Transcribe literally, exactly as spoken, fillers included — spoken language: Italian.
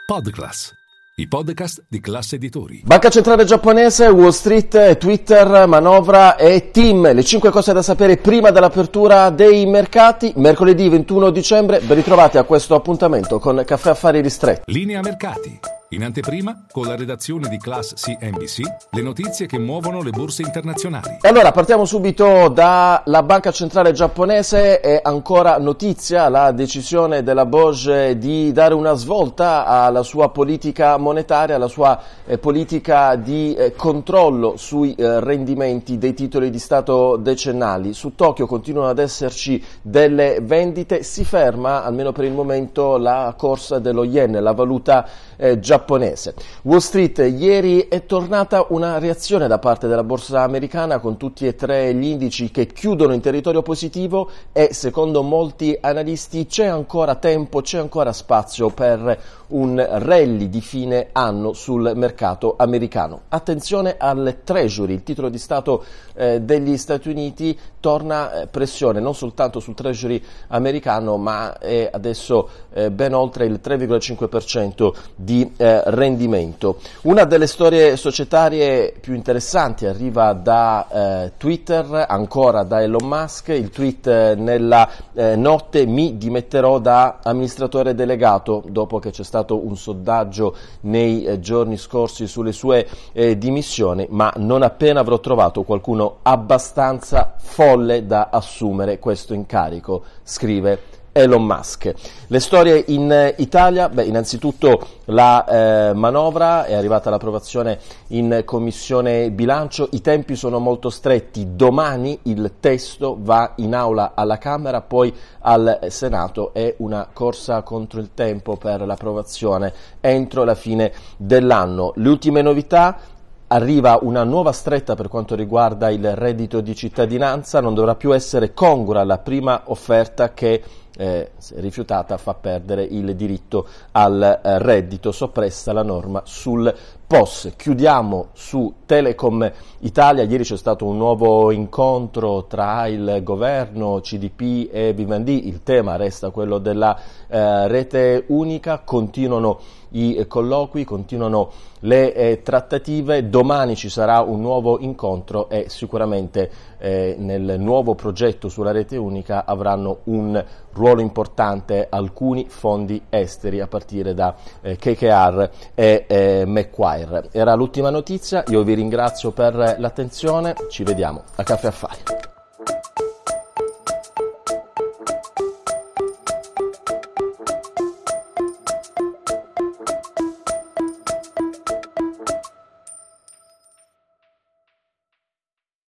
Podclass, i podcast di Class Editori. Banca centrale giapponese, Wall Street, Twitter, manovra e team. Le cinque cose da sapere prima dell'apertura dei mercati. Mercoledì ventuno dicembre, ben ritrovati a questo appuntamento con Caffè Affari Ristretti. Linea mercati. In anteprima, con la redazione di Class C N B C, le notizie che muovono le borse internazionali. E allora partiamo subito dalla Banca centrale giapponese. È ancora notizia la decisione della B O J di dare una svolta alla sua politica monetaria, alla sua eh, politica di eh, controllo sui eh, rendimenti dei titoli di Stato decennali. Su Tokyo continuano ad esserci delle vendite, si ferma almeno per il momento la corsa dello yen, la valuta eh, giapponese. Wall Street, ieri è tornata una reazione da parte della borsa americana con tutti e tre gli indici che chiudono in territorio positivo e secondo molti analisti c'è ancora tempo, c'è ancora spazio per un rally di fine anno sul mercato americano. Attenzione al Treasury, il titolo di Stato eh, degli Stati Uniti, torna eh, pressione non soltanto sul Treasury americano ma è adesso eh, ben oltre il tre virgola cinque per cento di eh, rendimento. Una delle storie societarie più interessanti arriva da eh, Twitter, ancora da Elon Musk. Il tweet eh, nella eh, notte: mi dimetterò da amministratore delegato, dopo che c'è stato un sondaggio nei eh, giorni scorsi sulle sue eh, dimissioni, ma non appena avrò trovato qualcuno abbastanza folle da assumere questo incarico, scrive Elon Musk. Le storie in Italia, beh, innanzitutto la eh, manovra è arrivata all'approvazione in Commissione Bilancio, i tempi sono molto stretti, domani il testo va in aula alla Camera, poi al Senato, è una corsa contro il tempo per l'approvazione entro la fine dell'anno. Le ultime novità: arriva una nuova stretta per quanto riguarda il reddito di cittadinanza, non dovrà più essere congrua la prima offerta che, eh, rifiutata, fa perdere il diritto al eh, reddito, soppressa la norma sul P O S. Chiudiamo su Telecom Italia. Ieri c'è stato un nuovo incontro tra il governo, C D P e Vivendi, il tema resta quello della eh, rete unica, continuano i colloqui, continuano le eh, trattative, domani ci sarà un nuovo incontro e sicuramente eh, nel nuovo progetto sulla rete unica avranno un ruolo importante alcuni fondi esteri a partire da eh, K K R e eh, Macquarie. Era l'ultima notizia, io vi ringrazio per l'attenzione, ci vediamo a Caffè Affari.